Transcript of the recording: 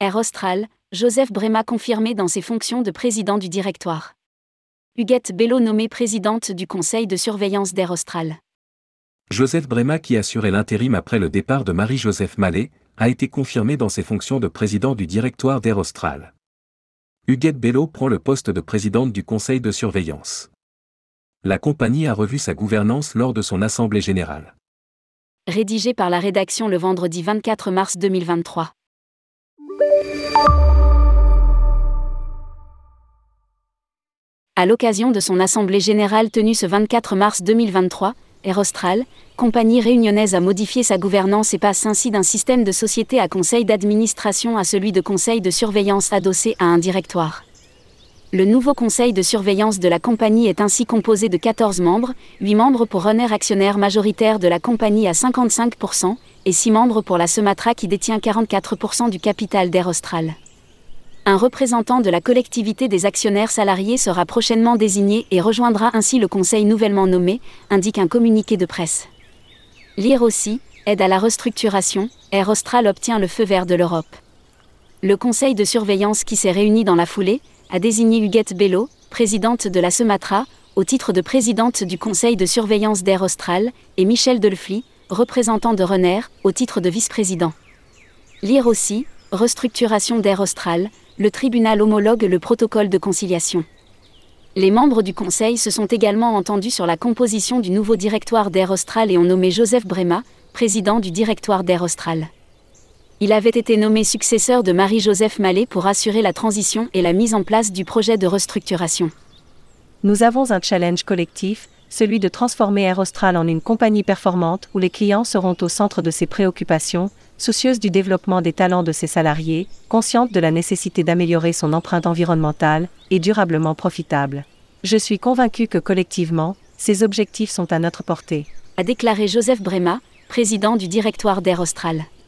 Air Austral, Joseph Bréma confirmé dans ses fonctions de président du directoire. Huguette Bello nommée présidente du conseil de surveillance d'Air Austral. Joseph Bréma, qui assurait l'intérim après le départ de Marie-Joseph Mallet, a été confirmé dans ses fonctions de président du directoire d'Air Austral. Huguette Bello prend le poste de présidente du conseil de surveillance. La compagnie a revu sa gouvernance lors de son assemblée générale. Rédigé par la rédaction le vendredi 24 mars 2023. À l'occasion de son assemblée générale tenue ce 24 mars 2023, Air Austral, compagnie réunionnaise, a modifié sa gouvernance et passe ainsi d'un système de société à conseil d'administration à celui de conseil de surveillance adossé à un directoire. Le nouveau conseil de surveillance de la compagnie est ainsi composé de 14 membres, 8 membres pour Renair, actionnaire majoritaire de la compagnie à 55%, et 6 membres pour la Sumatra qui détient 44% du capital d'Air Austral. Un représentant de la collectivité des actionnaires salariés sera prochainement désigné et rejoindra ainsi le conseil nouvellement nommé, indique un communiqué de presse. Lire aussi, aide à la restructuration, Air Austral obtient le feu vert de l'Europe. Le conseil de surveillance qui s'est réuni dans la foulée a désigné Huguette Bello, présidente de la Sumatra, au titre de présidente du conseil de surveillance d'Air Austral, et Michel Delfly, représentant de Renair, au titre de vice-président. Lire aussi, restructuration d'Air Austral, le tribunal homologue le protocole de conciliation. Les membres du conseil se sont également entendus sur la composition du nouveau directoire d'Air Austral et ont nommé Joseph Bréma, président du directoire d'Air Austral. Il avait été nommé successeur de Marie-Joseph Mallet pour assurer la transition et la mise en place du projet de restructuration. Nous avons un challenge collectif, celui de transformer Air Austral en une compagnie performante où les clients seront au centre de ses préoccupations, soucieuse du développement des talents de ses salariés, consciente de la nécessité d'améliorer son empreinte environnementale et durablement profitable. Je suis convaincu que collectivement, ces objectifs sont à notre portée, a déclaré Joseph Bréma, président du directoire d'Air Austral.